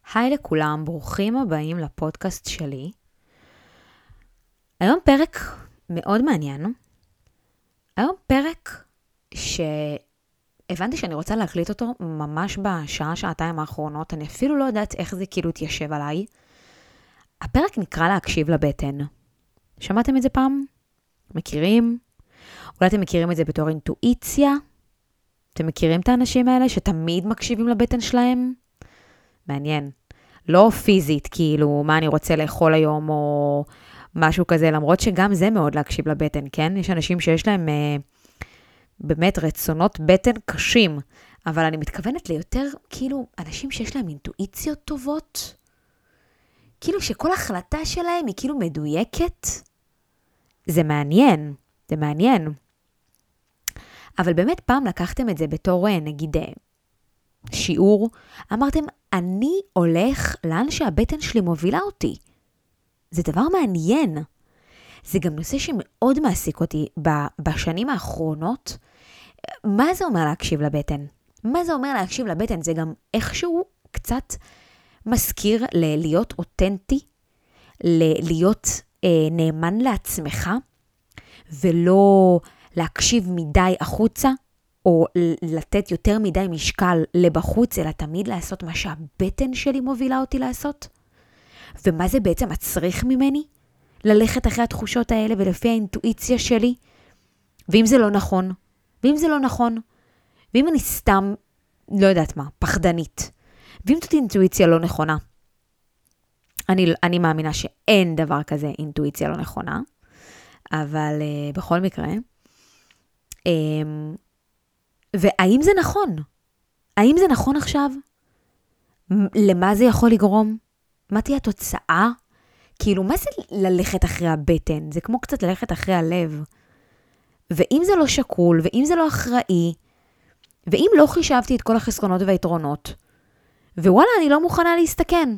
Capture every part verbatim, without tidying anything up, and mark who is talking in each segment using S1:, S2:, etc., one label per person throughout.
S1: היי לכולם, ברוכים הבאים לפודקאסט שלי. היום פרק מאוד מעניין. היום פרק שהבנתי שאני רוצה להקליט אותו ממש בשעה, שעתיים האחרונות. אני אפילו לא יודעת איך זה כאילו תיישב עליי. הפרק נקרא להקשיב לבטן. שמעתם את זה פעם? מכירים? אולי אתם מכירים את זה בתור אינטואיציה? אתם מכירים את האנשים האלה שתמיד מקשיבים לבטן שלהם? מעניין. לא פיזית, כאילו, מה אני רוצה לאכול היום או משהו כזה, למרות שגם זה מאוד להקשיב לבטן, כן? יש אנשים שיש להם אה, באמת רצונות בטן קשים, אבל אני מתכוונת ליותר, כאילו, אנשים שיש להם אינטואיציות טובות, כאילו שכל החלטה שלהם היא כאילו מדויקת. זה מעניין, זה מעניין. אבל באמת פעם לקחתם את זה בתור, נגיד, שיעור, אמרתם, אני הולך לאן שהבטן שלי מובילה אותי. זה דבר מעניין. זה גם נושא שמאוד מעסיק אותי בשנים האחרונות. מה זה אומר להקשיב לבטן? מה זה אומר להקשיב לבטן? זה גם איכשהו קצת מזכיר להיות אותנטי, להיות אה, נאמן לעצמך, ולא להקשיב מדי החוצה, או לתת יותר מדי משקל לבחוץ, אלא תמיד לעשות מה שהבטן שלי מובילה אותי לעשות. ומה זה בעצם מצריך ממני? ללכת אחרי התחושות האלה ולפי האינטואיציה שלי. ואם זה לא נכון, ואם זה לא נכון, ואם אני סתם, לא יודעת מה, פחדנית, ואם זאת אינטואיציה לא נכונה, אני, אני מאמינה שאין דבר כזה אינטואיציה לא נכונה, אבל uh, בכל מקרה, um, והאם זה נכון? האם זה נכון עכשיו? למה זה יכול לגרום? מה תהיה התוצאה? כאילו, מה זה ללכת אחרי הבטן? זה כמו קצת ללכת אחרי הלב. ואם זה לא שקול, ואם זה לא אחראי, ואם לא חישבתי את כל החסרונות והיתרונות, ווואלה, אני לא מוכנה להסתכן.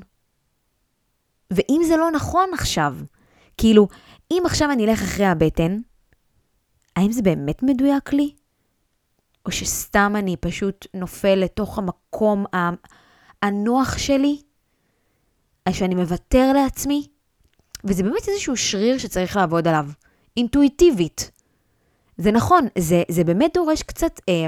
S1: ואם זה לא נכון עכשיו, כאילו, אם עכשיו אני אלך אחרי הבטן, האם זה באמת מדויק לי? או שסתם אני פשוט נופל לתוך המקום הנוח שלי, שאני מוותר לעצמי, וזה באמת איזשהו שריר שצריך לעבוד עליו, אינטואיטיבית. זה נכון, זה, זה באמת דורש קצת אה,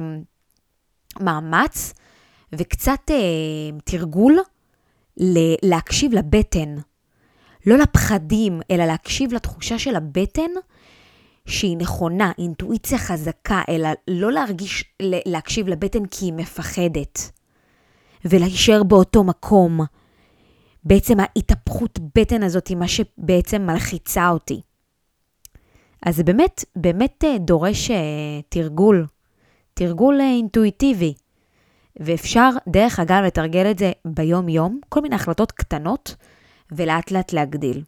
S1: מאמץ, וקצת אה, תרגול ל- להקשיב לבטן. לא לפחדים, אלא להקשיב לתחושה של הבטן, שהיא נכונה, אינטואיציה חזקה, אלא לא להרגיש, להקשיב לבטן כי היא מפחדת. ולהישאר באותו מקום. בעצם ההתהפכות בטן הזאת היא מה שבעצם מלחיצה אותי. אז זה באמת, באמת דורש תרגול. תרגול אינטואיטיבי. ואפשר דרך אגב לתרגל את זה ביום יום, כל מיני החלטות קטנות, ולאט לאט להגדיל.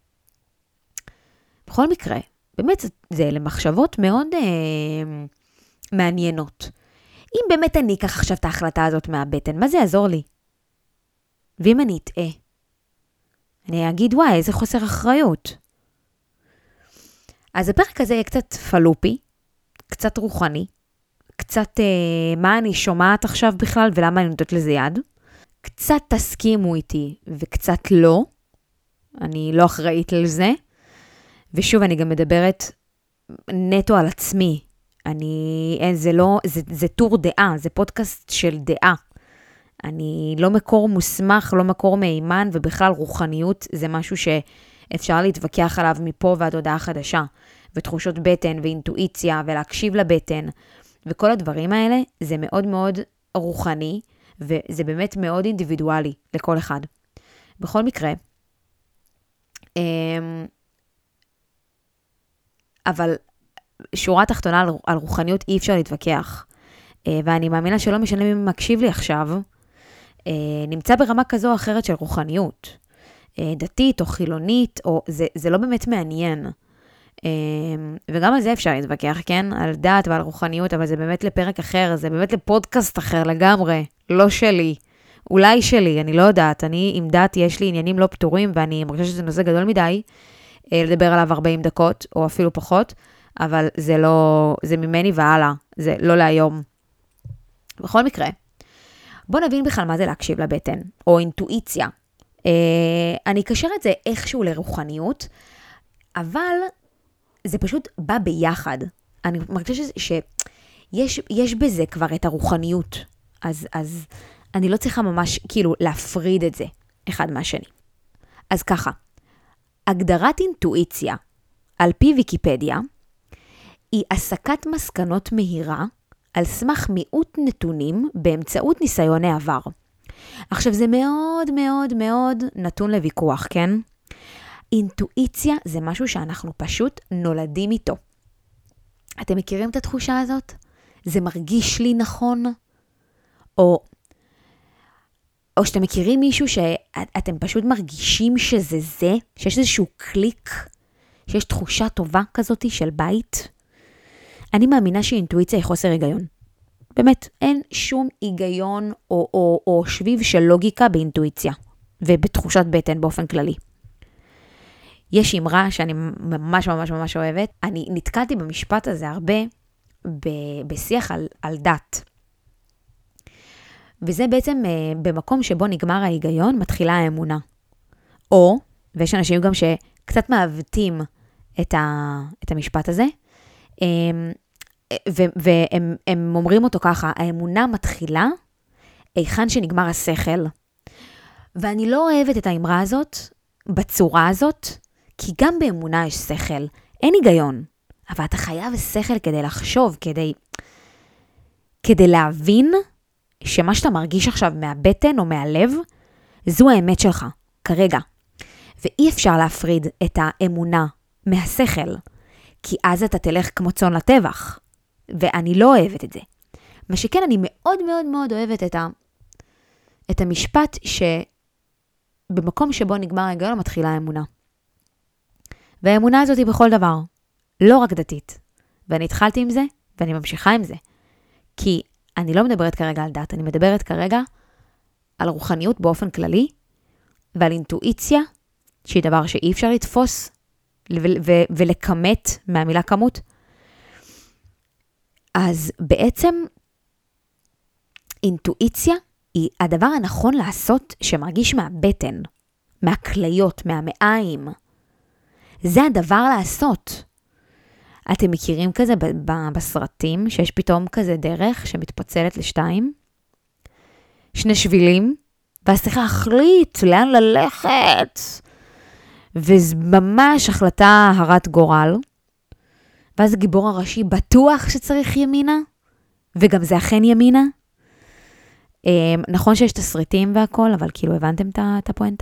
S1: בכל מקרה, באמת זה למחשבות מאוד אה, מעניינות. אם באמת אני אקח עכשיו את ההחלטה הזאת מהבטן, מה זה יעזור לי? ואם אני אטעה, אני אגיד, וואי, איזה חוסר אחריות. אז הפרק הזה יהיה קצת פלופי, קצת רוחני, קצת אה, מה אני שומעת עכשיו בכלל ולמה אני נותנת לזה יד. קצת תסכימו איתי וקצת לא. אני לא אחראית לזה. ושוב, אני גם מדברת נטו על עצמי. אני, אין, זה לא, זה, זה טור דעה, זה פודקאסט של דעה. אני לא מקור מוסמך, לא מקור מהימן, ובכלל רוחניות זה משהו שאפשר להתווכח עליו מפה ועד הודעה חדשה. ותחושות בטן ואינטואיציה ולהקשיב לבטן. וכל הדברים האלה זה מאוד מאוד רוחני, וזה באמת מאוד אינדיבידואלי לכל אחד. בכל מקרה, אבל שורה תחתונה על, על רוחניות אי אפשר להתווכח. ואני מאמינה שלא משנה מי מקשיב לי עכשיו, נמצא ברמה כזו או אחרת של רוחניות. דתית או חילונית, או זה, זה לא באמת מעניין. וגם על זה אפשר להתווכח, כן? על דת ועל רוחניות, אבל זה באמת לפרק אחר, זה באמת לפודקאסט אחר לגמרי, לא שלי. אולי שלי, אני לא יודעת. אני עם דת יש לי עניינים לא פתורים, ואני מרגישה שזה נושא גדול מדי, לדבר עליו ארבעים דקות, או אפילו פחות, אבל זה לא, זה ממני והלאה, זה לא להיום. בכל מקרה, בוא נבין בכלל מה זה להקשיב לבטן, או אינטואיציה. אה, אני אקשר את זה איכשהו לרוחניות, אבל זה פשוט בא ביחד. אני מרגישה שיש יש בזה כבר את הרוחניות, אז, אז אני לא צריכה ממש כאילו להפריד את זה אחד מהשני. אז ככה, הגדרת אינטואיציה על פי ויקיפדיה, היא הסקת מסקנות מהירה על סמך מיעוט נתונים באמצעות ניסיוני עבר. עכשיו זה מאוד מאוד מאוד נתון לוויכוח, כן? אינטואיציה זה משהו שאנחנו פשוט נולדים איתו. אתם מכירים את התחושה הזאת? זה מרגיש לי נכון? או, או שאתם מכירים מישהו שאתם פשוט מרגישים שזה זה? שיש איזשהו קליק? שיש תחושה טובה כזאת של בית? אני מאמינה שאינטואיציה היא חוסר היגיון. באמת, אין שום היגיון או, או, או שביב של לוגיקה באינטואיציה, ובתחושת בטן באופן כללי. יש אמרה שאני ממש ממש ממש אוהבת, אני נתקלתי במשפט הזה הרבה ב- בשיח על, על דת. וזה בעצם במקום שבו נגמר ההיגיון, מתחילה האמונה. או, ויש אנשים גם שקצת מעוותים את, ה, את המשפט הזה, והם הם אומרים אותו ככה, האמונה מתחילה היכן שנגמר השכל. ואני לא אוהבת את האמרה הזאת בצורה הזאת, כי גם באמונה יש שכל, אין היגיון, אבל אתה חייב שכל כדי לחשוב, כדי, כדי להבין שמה שאתה מרגיש עכשיו מהבטן או מהלב, זו האמת שלך, כרגע. ואי אפשר להפריד את האמונה מהשכל, כי אז אתה תלך כמו צאן לטבח, ואני לא אוהבת את זה. מה שכן, אני מאוד מאוד מאוד אוהבת את, ה, את המשפט שבמקום שבו נגמר ההיגיון מתחילה האמונה. והאמונה הזאת היא בכל דבר, לא רק דתית. ואני התחלתי עם זה, ואני ממשיכה עם זה. כי אני לא מדברת כרגע על דת, אני מדברת כרגע על רוחניות באופן כללי, ועל אינטואיציה, שהיא דבר שאי אפשר לתפוס, ו- ו- ולכמת מהמילה כמות. אז בעצם אינטואיציה היא הדבר הנכון לעשות שמרגיש מהבטן, מהכליות, מהמעיים. זה הדבר לעשות. אתם מכירים כזה ב- ב- בסרטים, שיש פתאום כזה דרך שמתפצלת לשתיים? שני שבילים, ואז צריך להחליט לאן ללכת. וזה ממש החלטה הרת גורל. ואז הגיבור הראשי בטוח שצריך ימינה, וגם זה אכן ימינה. נכון שיש תסריטים והכל, אבל כאילו הבנתם את הפואנטה?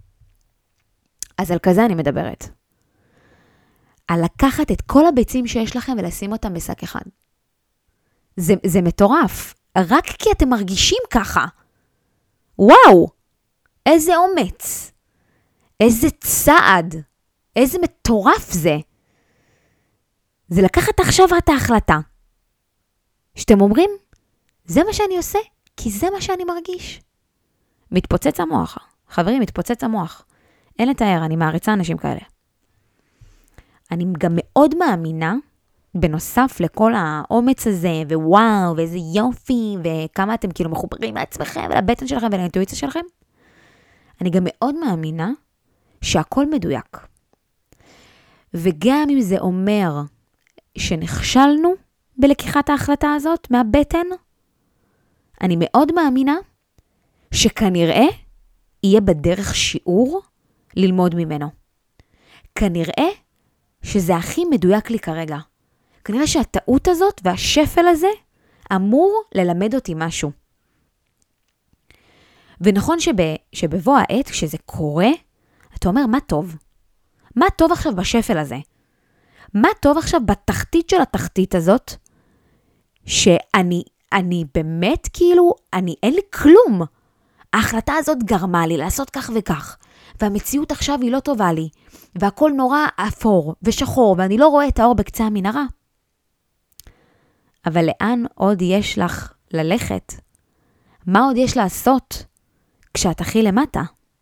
S1: אז על כזה אני מדברת. על לקחת את כל הביצים שיש לכם ולשים אותם בשק אחד. זה, זה מטורף. רק כי אתם מרגישים ככה. וואו! איזה אומץ. איזה צעד. איזה מטורף זה. זה לקחת עכשיו את ההחלטה. שאתם אומרים, זה מה שאני עושה, כי זה מה שאני מרגיש. מתפוצץ המוח. חברים, מתפוצץ המוח. אין לתאר, אני מעריצה אנשים כאלה. אני גם מאוד מאמינה, בנוסף לכל האומץ הזה, ווואו, ואיזה יופי, וכמה אתם כאילו מחוברים לעצמכם, ולבטן שלכם ולאינטואיציה שלכם, אני גם מאוד מאמינה שהכל מדויק. וגם אם זה אומר שנכשלנו בלקיחת ההחלטה הזאת מהבטן, אני מאוד מאמינה שכנראה יהיה בדרך שיעור ללמוד ממנו. כנראה שזה הכי מדויק לי כרגע. כנראה שהטעות הזאת והשפל הזה אמור ללמד אותי משהו. ונכון שב, שבבוא העת, כשזה קורה, אתה אומר, מה טוב? מה טוב עכשיו בשפל הזה? מה טוב עכשיו בתחתית של התחתית הזאת? שאני אני באמת כאילו, אני אין לי כלום. ההחלטה הזאת גרמה לי לעשות כך וכך. והמציאות עכשיו היא לא טובה לי. והכל נורא אפור ושחור, ואני לא רואה את האור בקצה המנהרה. אבל לאן עוד יש לך ללכת? מה עוד יש לעשות כשאת הכי למטה?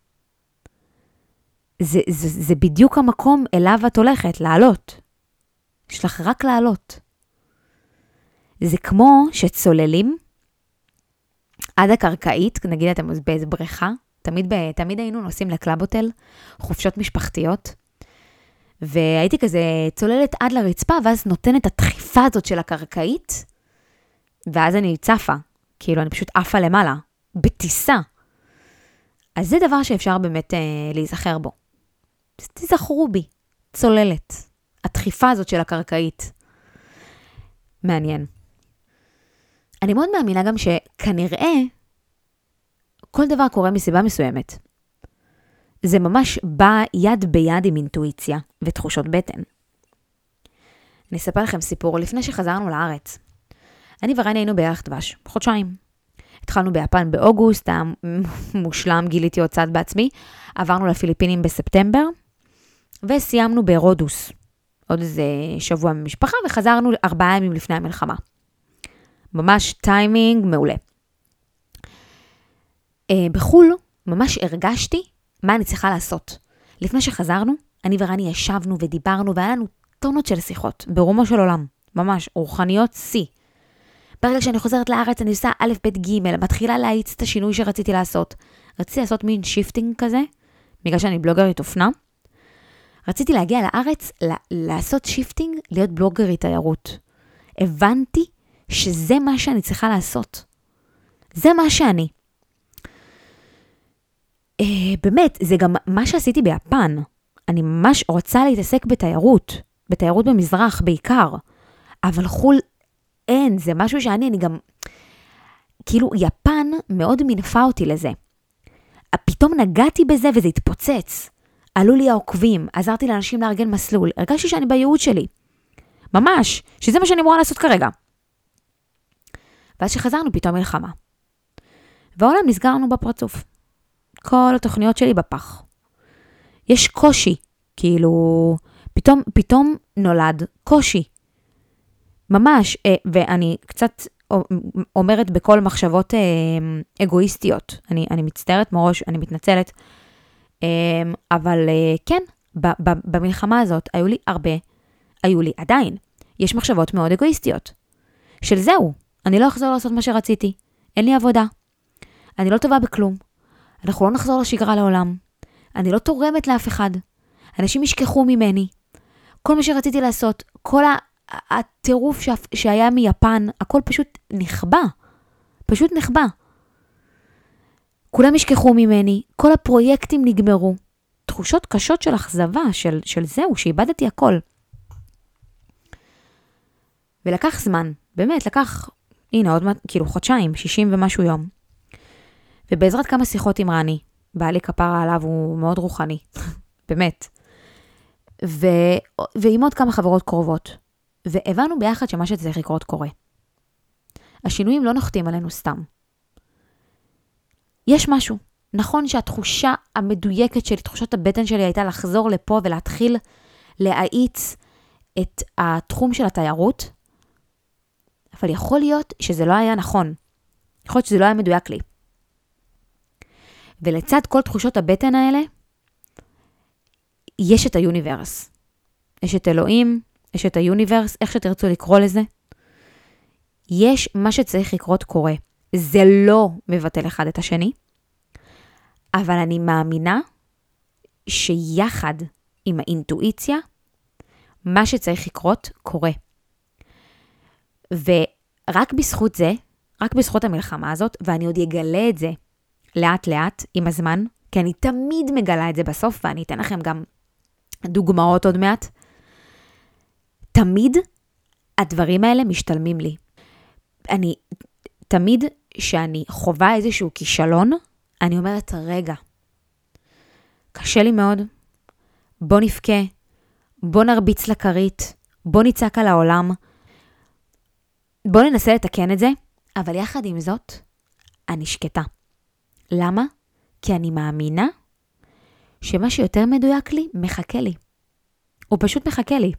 S1: זה, זה, זה בדיוק המקום אליו את הולכת, לעלות. יש לך רק לעלות. זה כמו שצוללים עד הקרקעית, נגיד אתם באיזה בריכה, תמיד, ב, תמיד היינו נוסעים לקלאבוטל, חופשות משפחתיות, והייתי כזה צוללת עד לרצפה, ואז נותנת את הדחיפה הזאת של הקרקעית, ואז אני צפה, כאילו אני פשוט עפה למעלה, בטיסה. אז זה דבר שאפשר באמת אה, להיזכר בו. תזכרו בי, צוללת, הדחיפה הזאת של הקרקעית. מעניין. אני מאוד מאמינה גם שכנראה, כל דבר קורה מסיבה מסוימת. זה ממש בא יד ביד עם אינטואיציה ותחושות בטן. אני אספר לכם סיפור לפני שחזרנו לארץ. אני ורני היינו בירח דבש, חודשיים. התחלנו ביפן באוגוסט, המושלם גיליתי עוד צד בעצמי, עברנו לפיליפינים בספטמבר, וסיימנו ברודוס, עוד איזה שבוע ממשפחה, וחזרנו ארבעה ימים לפני המלחמה. ממש טיימינג מעולה. בחול ממש הרגשתי מה אני צריכה לעשות. לפני שחזרנו, אני ורני ישבנו ודיברנו, והיה לנו טונות של שיחות, ברומו של עולם, ממש, רוחניות C. ברגע שאני חוזרת לארץ, אני עושה א' ב' ג', מתחילה להאיץ את השינוי שרציתי לעשות. רציתי לעשות מין שיפטינג כזה, בגלל שאני בלוגרית אופנה. רציתי להגיע לארץ, לעשות שיפטינג, להיות בלוגרית תיירות. הבנתי שזה מה שאני צריכה לעשות. זה מה שאני. אה, באמת, זה גם מה שעשיתי ביפן. אני ממש רוצה להתעסק בתיירות, בתיירות במזרח בעיקר. אבל חול אין, זה משהו שאני, אני גם, כאילו, יפן מאוד מנפה אותי לזה. פתאום נגעתי בזה וזה התפוצץ. עלו לי העוקבים, עזרתי לאנשים לארגן מסלול, הרגשתי שאני בייעוד שלי. ממש, שזה מה שאני אמורה לעשות כרגע. ואז שחזרנו פתאום מלחמה. והעולם נסגרנו בפרצוף. כל התוכניות שלי בפח. יש קושי, כאילו, פתאום, פתאום נולד קושי. ממש, ואני קצת אומרת בכל מחשבות אגואיסטיות. אני, אני מצטערת מראש, אני מתנצלת. אבל כן, במלחמה הזאת היו לי הרבה, היו לי עדיין, יש מחשבות מאוד אגואיסטיות. של זהו, אני לא אחזור לעשות מה שרציתי. אין לי עבודה. אני לא טובה בכלום. אנחנו לא נחזור לשגרה לעולם. אני לא תורמת לאף אחד. אנשים ישכחו ממני. כל מה שרציתי לעשות, כל הטירוף שהיה מיפן, הכל פשוט נחבא. פשוט נחבא. כולם ישכחו ממני, כל הפרויקטים נגמרו. תחושות קשות של אכזבה, של, של זהו, שאיבדתי הכל. ולקח זמן, באמת, לקח, הנה, עוד מעט, כאילו חודשיים, שישים ומשהו יום. ובעזרת כמה שיחות עם רני, בעלי כפרה עליו הוא מאוד רוחני, באמת. ו... ועם עוד כמה חברות קרובות. והבנו ביחד שמה שצריך לקרות קורה. השינויים לא נוחתים עלינו סתם. יש משהו. נכון שהתחושה המדויקת שלי, תחושת הבטן שלי הייתה לחזור לפה ולהתחיל להאיץ את התחום של התיירות, אבל יכול להיות שזה לא היה נכון. יכול להיות שזה לא היה מדויק לי. ולצד כל תחושות הבטן האלה, יש את היוניברס. יש את אלוהים, יש את היוניברס, איך שתרצו לקרוא לזה. יש מה שצריך לקרות קורה. זה לא מבטל אחד את השני, אבל אני מאמינה שיחד עם האינטואיציה, מה שצריך לקרות קורה. ורק בזכות זה, רק בזכות המלחמה הזאת, ואני עוד אגלה את זה לאט לאט עם הזמן, כי אני תמיד מגלה את זה בסוף, ואני אתן לכם גם דוגמאות עוד מעט. תמיד הדברים האלה משתלמים לי. אני תמיד שאני חווה איזשהו כישלון, אני אומרת, רגע, קשה לי מאוד, בוא נפקה, בוא נרביץ לכרית, בוא ניצק על העולם, בוא ננסה לתקן את זה, אבל יחד עם זאת, אני שקטה. למה? כי אני מאמינה שמה שיותר מדויק לי, מחכה לי. הוא פשוט מחכה לי.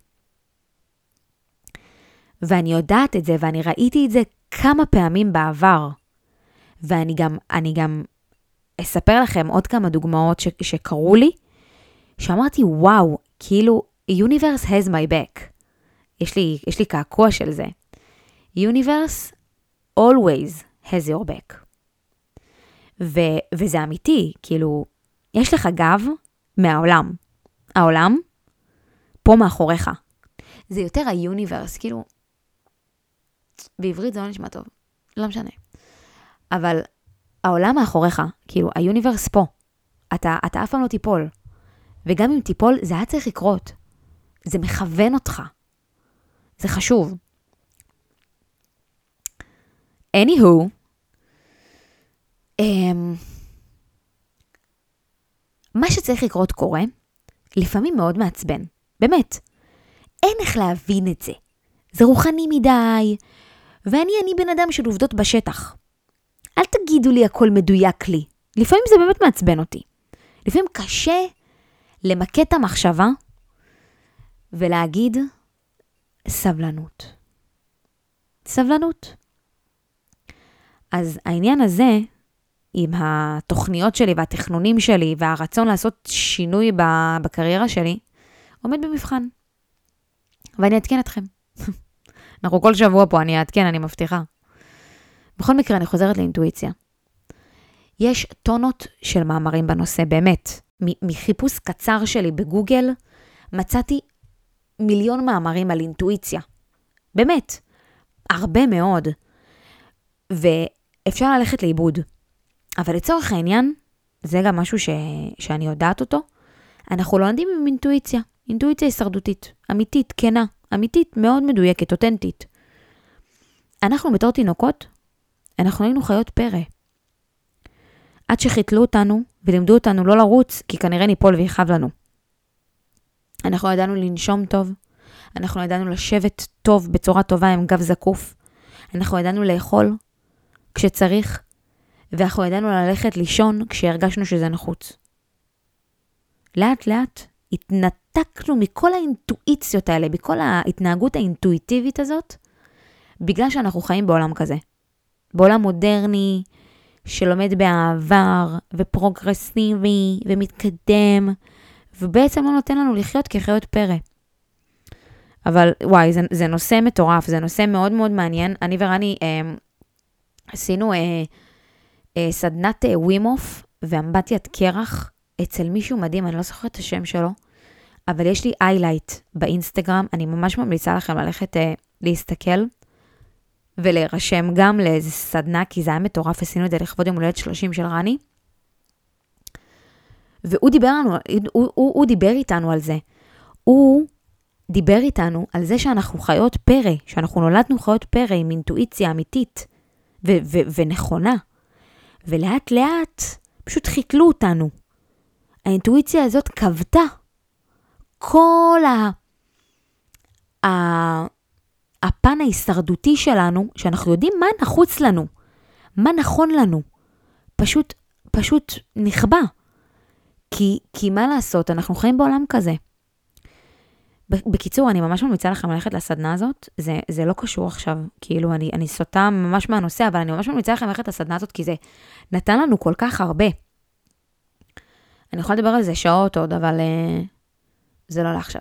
S1: ואני יודעת את זה, ואני ראיתי את זה כמה פעמים בעבר. ואני גם, אני גם אספר לכם עוד כמה דוגמאות ש, שקרו לי, שאמרתי, וואו, כאילו, universe has my back. יש לי, יש לי קעקוע של זה. universe always has your back. ו- וזה אמיתי, כאילו, יש לך גב מהעולם. העולם פה מאחוריך. זה יותר היוניברס, כאילו, בעברית זה לא נשמע טוב, לא משנה. אבל העולם מאחוריך, כאילו, היוניברס פה. אתה, אתה אף פעם לא תיפול. וגם אם תיפול, זה היה צריך לקרות. זה מכוון אותך. זה חשוב. Anywho, um, מה שצריך לקרות קורה, לפעמים מאוד מעצבן. באמת. אין איך להבין את זה. זה רוחני מדי, ואני אני בן אדם של עובדות בשטח. אל תגידו לי הכל מדויק לי. לפעמים זה באמת מעצבן אותי. לפעמים קשה למקד את המחשבה ולהגיד סבלנות. סבלנות. אז העניין הזה, עם התוכניות שלי והתכנונים שלי והרצון לעשות שינוי בקריירה שלי, עומד במבחן. ואני אעדכן אתכם. אנחנו כל שבוע פה, אני אעדכן, אני מבטיחה. בכל מקרה, אני חוזרת לאינטואיציה. יש טונות של מאמרים בנושא, באמת. מחיפוש קצר שלי בגוגל, מצאתי מיליון מאמרים על אינטואיציה. באמת. הרבה מאוד. ואפשר ללכת לאיבוד. אבל לצורך העניין, זה גם משהו ש... שאני יודעת אותו, אנחנו לא עומדים עם אינטואיציה. אינטואיציה הישרדותית, אמיתית, כנה, אמיתית, מאוד מדויקת, אותנטית. אנחנו בתור תינוקות, אנחנו היינו חיות פרא. עד שחיתלו אותנו ולימדו אותנו לא לרוץ, כי כנראה ניפול ויחב לנו. אנחנו ידענו לנשום טוב, אנחנו ידענו לשבת טוב בצורה טובה עם גב זקוף, אנחנו ידענו לאכול כשצריך, ואנחנו ידענו ללכת לישון כשהרגשנו שזה נחוץ. לאט לאט התנתקנו מכל האינטואיציות האלה, מכל ההתנהגות האינטואיטיבית הזאת, בגלל שאנחנו חיים בעולם כזה. בעולם מודרני, שלומד בעבר, ופרוגרסיבי, ומתקדם, ובעצם לא נותן לנו לחיות כחיות פרא. אבל וואי, זה, זה נושא מטורף, זה נושא מאוד מאוד מעניין. אני ורני אה, עשינו אה, אה, סדנת אה, ווימוף, ואמבטיית קרח, אצל מישהו מדהים, אני לא זוכרת את השם שלו, אבל יש לי איילייט באינסטגרם, אני ממש ממליצה לכם ללכת אה, להסתכל, ולהירשם גם לאיזה סדנה, כי זה היה מטורף, עשינו את זה לכבוד יום הולדת שלושים של רני, והוא דיבר, לנו, הוא, הוא, הוא דיבר איתנו על זה, הוא דיבר איתנו על זה שאנחנו חיות פרא, שאנחנו נולדנו חיות פרא עם אינטואיציה אמיתית ו- ו- ונכונה, ולאט לאט פשוט חיתלו אותנו. האינטואיציה הזאת קבתה כל ה... ה... הפן ההישרדותי שלנו, שאנחנו יודעים מה נחוץ לנו, מה נכון לנו, פשוט, פשוט נכבה. כי, כי מה לעשות, אנחנו חיים בעולם כזה. בקיצור, אני ממש ממליצה לכם ללכת לסדנה הזאת, זה, זה לא קשור עכשיו, כאילו אני, אני סוטה ממש מהנושא, אבל אני ממש ממליצה לכם ללכת לסדנה הזאת, כי זה נתן לנו כל כך הרבה. אני יכולה לדבר על זה שעות עוד, אבל uh, זה לא לעכשיו.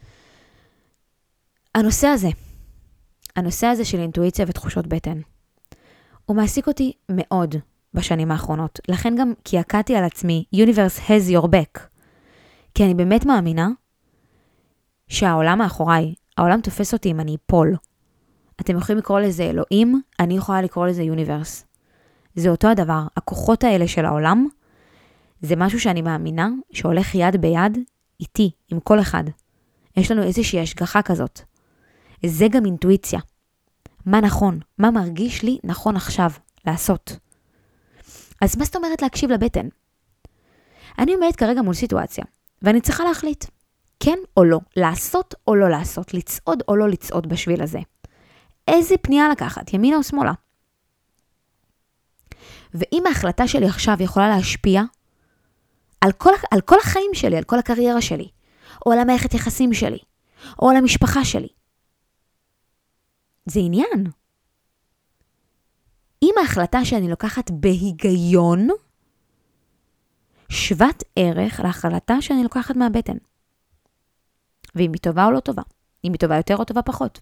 S1: הנושא הזה, הנושא הזה של אינטואיציה ותחושות בטן, הוא מעסיק אותי מאוד בשנים האחרונות. לכן גם קעקעתי על עצמי, Universe has your back. כי אני באמת מאמינה שהעולם מאחוריי, העולם תופס אותי אם אני אפול. אתם יכולים לקרוא לזה אלוהים, אני יכולה לקרוא לזה Universe. זה אותו הדבר. הכוחות האלה של העולם, זה משהו שאני מאמינה שהולך יד ביד איתי, עם כל אחד. יש לנו איזושהי השגחה כזאת. זה גם אינטואיציה. מה נכון? מה מרגיש לי נכון עכשיו לעשות? אז מה זאת אומרת להקשיב לבטן? אני עומדת כרגע מול סיטואציה, ואני צריכה להחליט, כן או לא, לעשות או לא לעשות, לצעוד או לא לצעוד בשביל הזה. איזה פנייה לקחת, ימינה או שמאלה? ואם ההחלטה שלי עכשיו יכולה להשפיע על כל, על כל החיים שלי, על כל הקריירה שלי, או על המערכת יחסים שלי, או על המשפחה שלי, זה עניין. אם ההחלטה שאני לוקחת בהיגיון, שוות ערך להחלטה שאני לוקחת מהבטן. ואם היא טובה או לא טובה. אם היא טובה יותר או טובה פחות.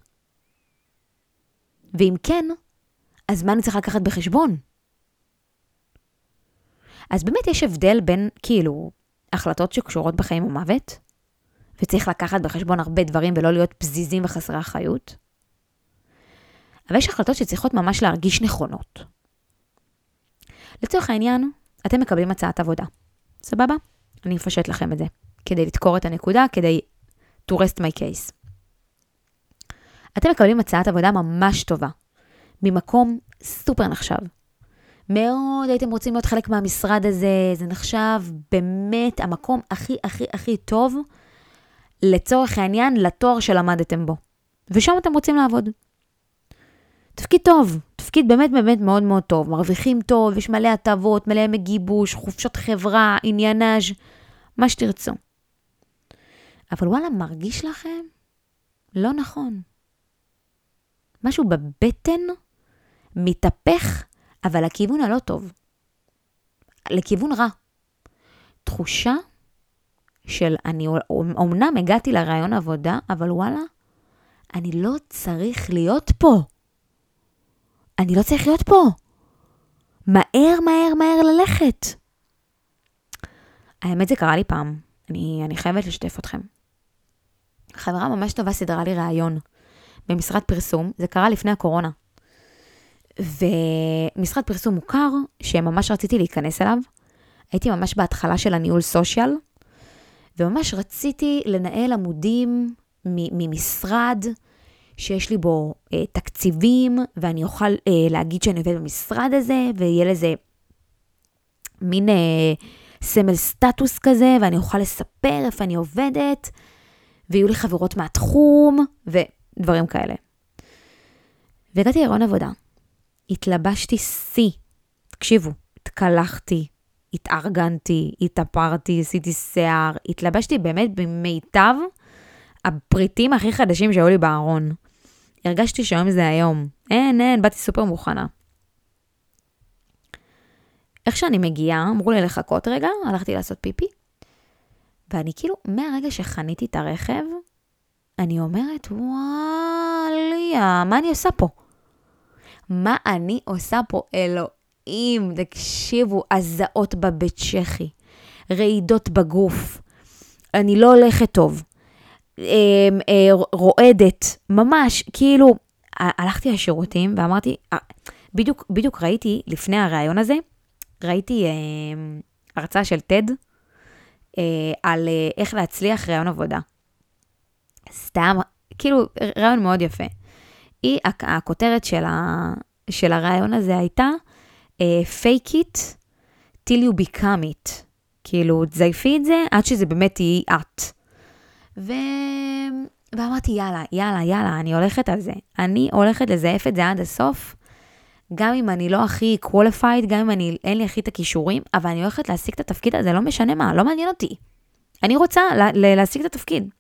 S1: ואם כן, אז מה אני צריכה לקחת בחשבון? אז באמת יש הבדל בין, כאילו, החלטות שקשורות בחיים ומוות, וצריך לקחת בחשבון הרבה דברים ולא להיות פזיזים וחסרי אחריות. אבל יש החלטות שצריכות ממש להרגיש נכונות. לצורך העניין, אתם מקבלים הצעת עבודה. סבבה? אני אפשט לכם את זה, כדי לתקור את הנקודה, כדי to rest my case. אתם מקבלים הצעת עבודה ממש טובה, ממקום סופר נחשב. מאוד הייתם רוצים להיות חלק מהמשרד הזה, זה נחשב באמת המקום הכי הכי הכי טוב, לצורך העניין, לתואר שלמדתם בו. ושם אתם רוצים לעבוד. תפקיד טוב, תפקיד באמת באמת מאוד מאוד טוב, מרוויחים טוב, יש מלא הטבות, מלא ימי גיבוש, חופשות חברה, עניינאז', מה שתרצו. אבל וואלה, מרגיש לכם? לא נכון. משהו בבטן מתהפך, אבל לכיוון הלא טוב. לכיוון רע. תחושה של אני אומנם הגעתי לרעיון עבודה, אבל וואלה, אני לא צריך להיות פה. אני לא צריך להיות פה. מהר, מהר, מהר ללכת. האמת זה קרה לי פעם. אני, אני חייבת לשתף אתכם. חברה ממש טובה סדרה לי רעיון. במשרד פרסום, זה קרה לפני הקורונה. ומשרד פרסום מוכר, שממש רציתי להיכנס אליו. הייתי ממש בהתחלה של הניהול סושיאל, וממש רציתי לנהל עמודים ממשרד, שיש לי בו אה, תקציבים, ואני אוכל אה, להגיד שאני עובד במשרד הזה, ויהיה לזה מין אה, סמל סטטוס כזה, ואני אוכל לספר איפה אני עובדת, ויהיו לי חברות מהתחום, ודברים כאלה. והגעתי להיריון עבודה. התלבשתי סי. תקשיבו, התקלחתי, התארגנתי, התאפרתי, עשיתי שיער, התלבשתי באמת במיטב הפריטים הכי חדשים שהיו לי בארון. הרגשתי שהיום זה היום. אין, אין, באתי סופר מוכנה. איך שאני מגיעה, אמרו לי לחכות רגע, הלכתי לעשות פיפי, ואני כאילו, מהרגע שחניתי את הרכב, אני אומרת, וואליה, מה אני עושה פה? מה אני עושה פה, אלוהים? תקשיבו, הזעות בבית שחי, רעידות בגוף, אני לא הולכת טוב, רועדת, ממש, כאילו, הלכתי לשירותים ואמרתי, בדיוק, בדיוק ראיתי, לפני הרעיון הזה, ראיתי הרצאה של טד, על איך להצליח רעיון עבודה. סתם, כאילו, רעיון מאוד יפה. היא, הכותרת של, ה, של הרעיון הזה הייתה, fake it till you become it. כאילו, תזייפי את זה עד שזה באמת תהיי את. ו... ואמרתי, יאללה, יאללה, יאללה, אני הולכת על זה. אני הולכת לזייף את זה עד הסוף, גם אם אני לא הכי qualified, גם אם אני, אין לי הכי את הכישורים, אבל אני הולכת להשיג את התפקיד הזה, לא משנה מה, לא מעניין אותי. אני רוצה לה, להשיג את התפקיד.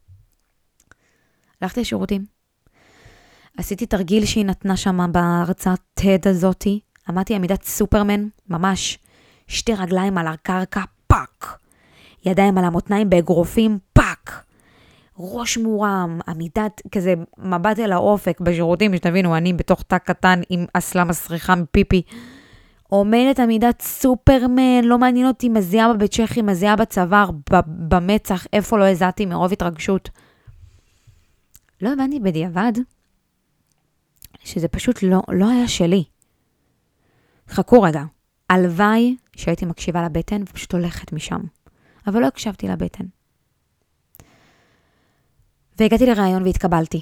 S1: הלכתי לשירותים. עשיתי תרגיל שהיא נתנה שם בהרצאת TED הזאתי. עמדתי עמידת סופרמן, ממש. שתי רגליים על הקרקע, פאק. ידיים על המותניים באגרופים, פאק. ראש מורם, עמידת כזה מבט אל האופק בשירותים, שתבינו, אני בתוך תא קטן עם אסלה מסריחה מפיפי. עומדת עמידת סופרמן, לא מעניין אותי, מזיעה בבית שחי, מזיעה בצוואר, במצח, איפה לא הזעתי מרוב התרגשות. לא הבנתי בדיעבד, שזה פשוט לא, לא היה שלי. חכו רגע, הלוואי שהייתי מקשיבה לבטן ופשוט הולכת משם. אבל לא הקשבתי לבטן. והגעתי לרעיון והתקבלתי.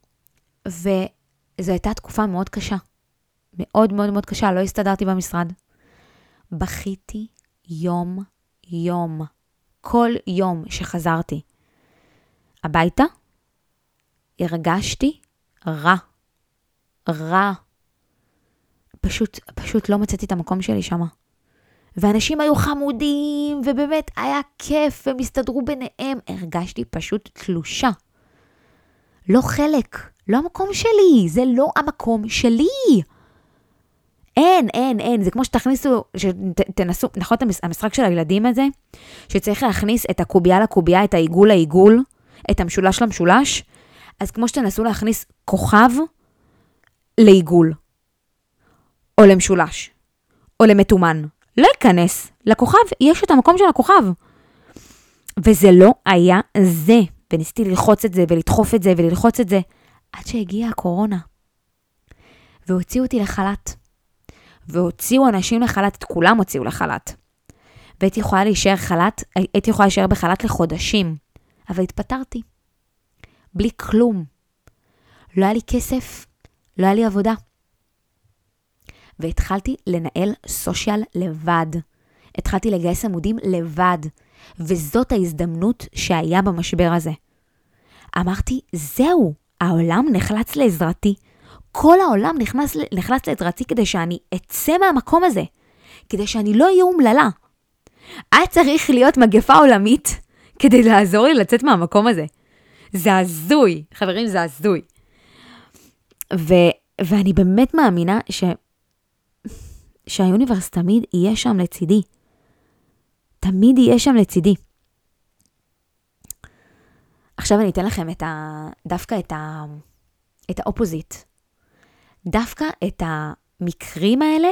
S1: וזו הייתה תקופה מאוד קשה. מאוד מאוד מאוד קשה, לא הסתדרתי במשרד. בכיתי יום יום. כל יום שחזרתי הביתה, הרגשתי רע. רע. פשוט, פשוט לא מצאתי את המקום שלי שמה. ואנשים היו חמודים, ובאמת היה כיף, והם הסתדרו ביניהם. הרגשתי פשוט תלושה. לא חלק, לא המקום שלי, זה לא המקום שלי. אין, אין, אין, זה כמו שתכניסו, שתנסו, נכון המשחק של הילדים הזה, שצריך להכניס את הקובייה לקובייה, את העיגול לעיגול, את המשולש למשולש, אז כמו שתנסו להכניס כוכב לעיגול, או למשולש, או למתומן. לא ייכנס. לכוכב יש את המקום של הכוכב. וזה לא היה זה. וניסיתי ללחוץ את זה ולדחוף את זה וללחוץ את זה. עד שהגיעה הקורונה. והוציאו אותי לחל"ת. והוציאו אנשים לחל"ת, את כולם הוציאו לחל"ת. והייתי יכולה להישאר חל"ת, הייתי יכולה להישאר בחל"ת לחודשים. אבל התפטרתי. בלי כלום. לא היה לי כסף, לא היה לי עבודה. והתחלתי לנהל סושיאל לבד. התחלתי לגייס עמודים לבד. וזאת ההזדמנות שהיה במשבר הזה. אמרתי, זהו, העולם נחלץ לעזרתי. כל העולם נחלץ, נחלץ לעזרתי כדי שאני אצא מהמקום הזה. כדי שאני לא אהיה אומללה. היה צריך להיות מגפה עולמית כדי לעזור לי לצאת מהמקום הזה. זה הזוי, חברים, זה הזוי. ו, ואני באמת מאמינה ש, שהיוניברס תמיד יהיה שם לצידי. תמיד יהיה שם לצידי. עכשיו אני אתן לכם את ה, דווקא את, ה, את האופוזיט. דווקא את המקרים האלה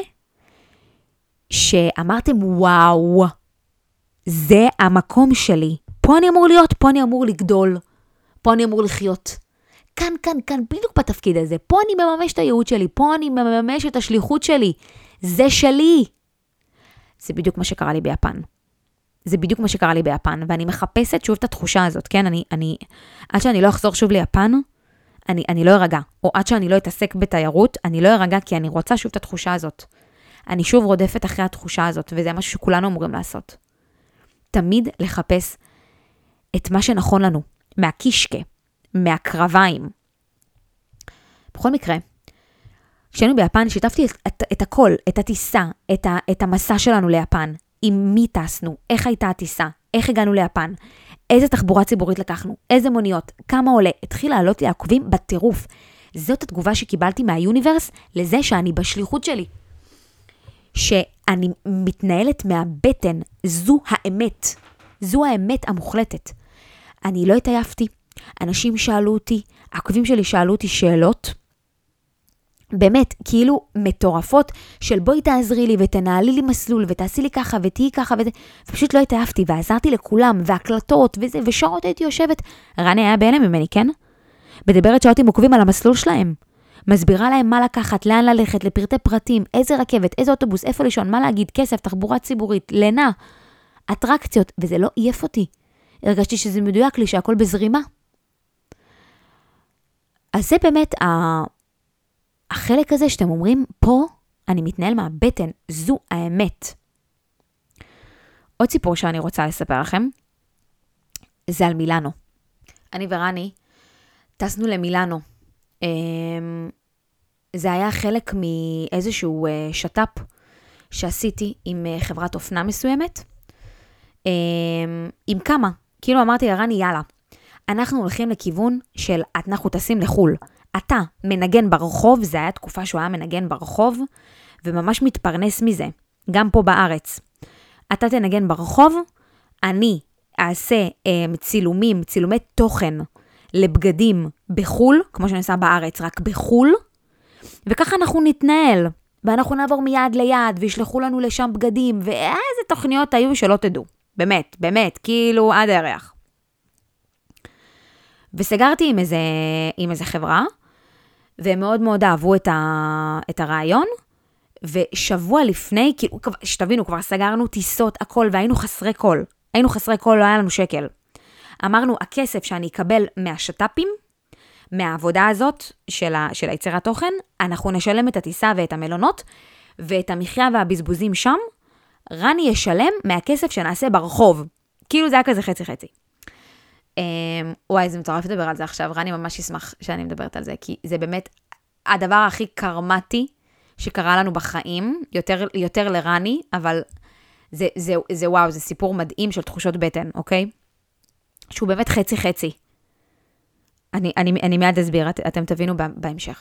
S1: שאמרתם, וואו, זה המקום שלי. פה אני אמור להיות, פה אני אמור לגדול. פה אני אמור לחיות. כאן, כאן, כאן, בדיוק בתפקיד הזה. פה אני מממש את הייעוד שלי. פה אני מממש את השליחות שלי. זה שלי. זה בדיוק מה שקרה לי ביפן. זה בדיוק מה שקרה לי ביפן. ואני מחפשת שוב את התחושה הזאת, כן? אני, אני, עד שאני לא אחזור שוב ליפן, אני, אני לא ארגע. או עד שאני לא אתעסק בתיירות, אני לא ארגע, כי אני רוצה שוב את התחושה הזאת. אני שוב רודפת אחרי התחושה הזאת, וזה משהו שכולנו אמורים לעשות. תמיד לחפש את מה שנכון לנו, מהקישקה, מהקרביים. בכל מקרה, כשהיינו ביפן, שיתפתי את, את, את הכל, את הטיסה, את, ה, את המסע שלנו ליפן, עם מי טסנו, איך הייתה הטיסה, איך הגענו ליפן, איזה תחבורה ציבורית לקחנו, איזה מוניות, כמה עולה, התחיל לעלות לי העקובים בטירוף. זאת התגובה שקיבלתי מהיוניברס לזה שאני בשליחות שלי. שאני מתנהלת מהבטן, זו האמת, זו האמת המוחלטת. אני לא התעייפתי, אנשים שאלו אותי, העקבים שלי שאלו אותי שאלות, באמת, כאילו מטורפות, של בואי תעזרי לי ותנהלי לי מסלול ותעשי לי ככה ותהי ככה וזה, ופשוט לא התעייפתי ועזרתי לכולם, והקלטות וזה, ושעות הייתי יושבת, רני היה בהלם ממני, כן? מדברת שעות עם עוקבים על המסלול שלהם. מסבירה להם מה לקחת, לאן ללכת, לפרטי פרטים, איזה רכבת, איזה אוטובוס, איפה לישון, מה להגיד, כסף, תחבורה ציבורית, לינה, אטרקציות, וזה לא עייף אותי. הרגשתי שזה מדויק לי, שהכל בזרימה. אז זה באמת החלק הזה שאתם אומרים, פה אני מתנהל מהבטן, זו האמת. עוד סיפור שאני רוצה לספר לכם, זה על מילאנו. אני ורני טסנו למילאנו. זה היה חלק מאיזשהו שטאפ שעשיתי עם חברת אופנה מסוימת. עם כמה. כאילו אמרתי לרני, יאללה, אנחנו הולכים לכיוון של אנחנו טסים לחול. אתה מנגן ברחוב, זה היה תקופה שהוא היה מנגן ברחוב, וממש מתפרנס מזה, גם פה בארץ. אתה תנגן ברחוב, אני אעשה אה, צילומים, צילומי תוכן לבגדים בחול, כמו שנעשה בארץ, רק בחול, וככה אנחנו נתנהל, ואנחנו נעבור מיד ליד, וישלחו לנו לשם בגדים, ואיזה תוכניות היו שלא תדעו. באמת, באמת, כאילו עד הירח. וסגרתי עם איזה, עם איזה חברה, והם מאוד מאוד אהבו את, ה, את הרעיון, ושבוע לפני, כאילו, שתבינו, כבר סגרנו טיסות, הכל, והיינו חסרי קול. היינו חסרי קול, לא היה לנו שקל. אמרנו, הכסף שאני אקבל מהשטאפים, מהעבודה הזאת של, ה, של היצירת תוכן, אנחנו נשלם את הטיסה ואת המלונות, ואת המחיה והבזבוזים שם, רני ישלם מהכסף שנעשה ברחוב. כאילו זה היה כזה חצי חצי. וואי, זה מטורף לדבר על זה עכשיו. רני ממש ישמח שאני מדברת על זה, כי זה באמת הדבר הכי קרמטי שקרה לנו בחיים, יותר, יותר לרני, אבל זה, זה, זה וואו, זה סיפור מדהים של תחושות בטן, אוקיי? שהוא באמת חצי חצי. אני, אני, אני מיד אסביר, את, אתם תבינו בהמשך.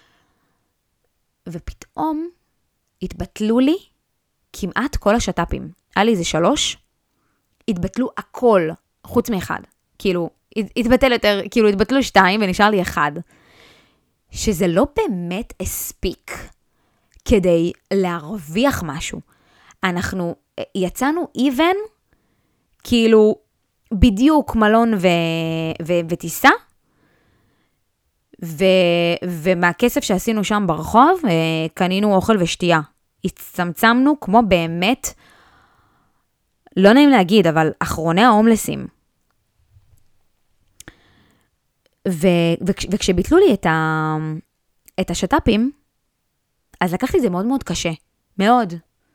S1: ופתאום התבטלו לי כמעט כל השטאפים. היה לי איזה שלוש, התבטלו הכל, חוץ מאחד. כאילו, התבטל יותר, כאילו, התבטלו שתיים ונשאר לי אחד. שזה לא באמת הספיק כדי להרוויח משהו. אנחנו יצאנו even, כאילו בדיוק מלון ו, ו, וטיסה, ו, ומהכסף שעשינו שם ברחוב, קנינו אוכל ושתייה. הצטמצמנו כמו באמת, לא נעים להגיד, אבל אחרוני ההומלסים. ו, וכש, וכשביטלו לי את, ה, את השטאפים, אז לקחתי את זה מאוד מאוד קשה. מאוד.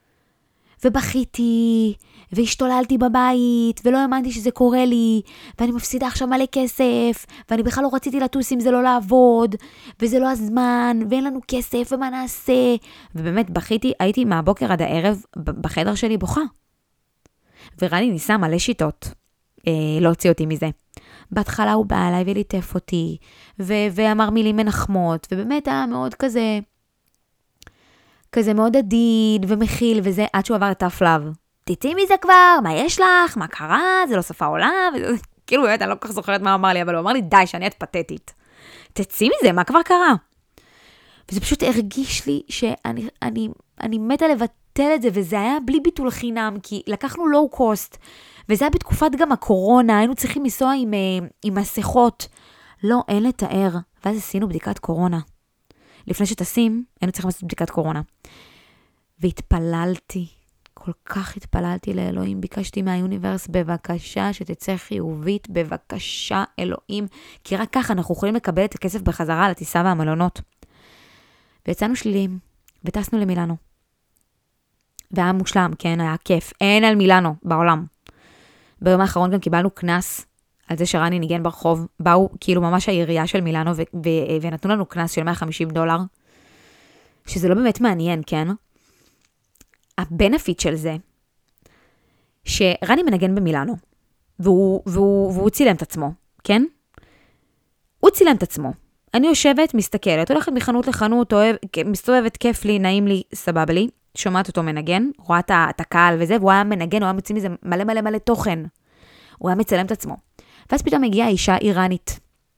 S1: ובכיתי, והשתוללתי בבית, ולא האמנתי שזה קורה לי, ואני מפסידה עכשיו מלא כסף, ואני בכלל לא רציתי לטוס אם זה לא לעבוד, וזה לא הזמן, ואין לנו כסף, ומה נעשה? ובאמת בכיתי, הייתי מהבוקר עד הערב בחדר שלי בוכה. ורני ניסה מלא שיטות, אה, להוציא אותי מזה. בהתחלה הוא בא אליי וליטף אותי, ו- ואמר מילים מנחמות, ובאמת היה מאוד כזה, כזה מאוד עדין ומכיל, וזה עד שהוא עבר את הפלאב. תצאי מזה כבר, מה יש לך? מה קרה? זה לא שפה עולה? וזה, כאילו באמת, אני לא כל כך זוכרת מה הוא אמר לי, אבל הוא אמר לי, די, שאני את פתטית. תצאי מזה, מה כבר קרה? וזה פשוט הרגיש לי שאני אני, אני מתה לבטל את זה, וזה היה בלי ביטול חינם, כי לקחנו לואו קוסט, וזה היה בתקופת גם הקורונה, היינו צריכים לנסוע עם, עם מסכות. לא, אין לתאר. ואז עשינו בדיקת קורונה. לפני שתשים, היינו צריכים לעשות בדיקת קורונה. והתפללתי, כל כך התפללתי לאלוהים, ביקשתי מהיוניברס, בבקשה שתצא חיובית, בבקשה אלוהים, כי רק ככה אנחנו יכולים לקבל את הכסף בחזרה על הטיסה והמלונות. ויצאנו שליליים, וטסנו למילאנו. והיה מושלם, כן, היה כיף. אין על מילאנו בעולם. ביום האחרון גם קיבלנו כנס, על זה שרני ניגן ברחוב, באו כאילו ממש העירייה של מילאנו, ו- ו- ונתנו לנו כנס של מאה וחמישים דולר, שזה לא באמת מעניין, כן? הבנפיט של זה, שרני מנגן במילאנו, והוא, והוא, והוא צילם את עצמו, כן? הוא צילם את עצמו. אני יושבת, מסתכלת, הולכת מחנות לחנות, אוהב, מסתובבת, כיף לי, נעים לי, סבבה לי, שומעת אותו מנגן, רואה את הקהל וזה, והוא היה מנגן, הוא היה מציא מזה מלא מלא מלא תוכן. הוא היה מצלם את עצמו. ואז פתאום הגיעה אישה איראנית.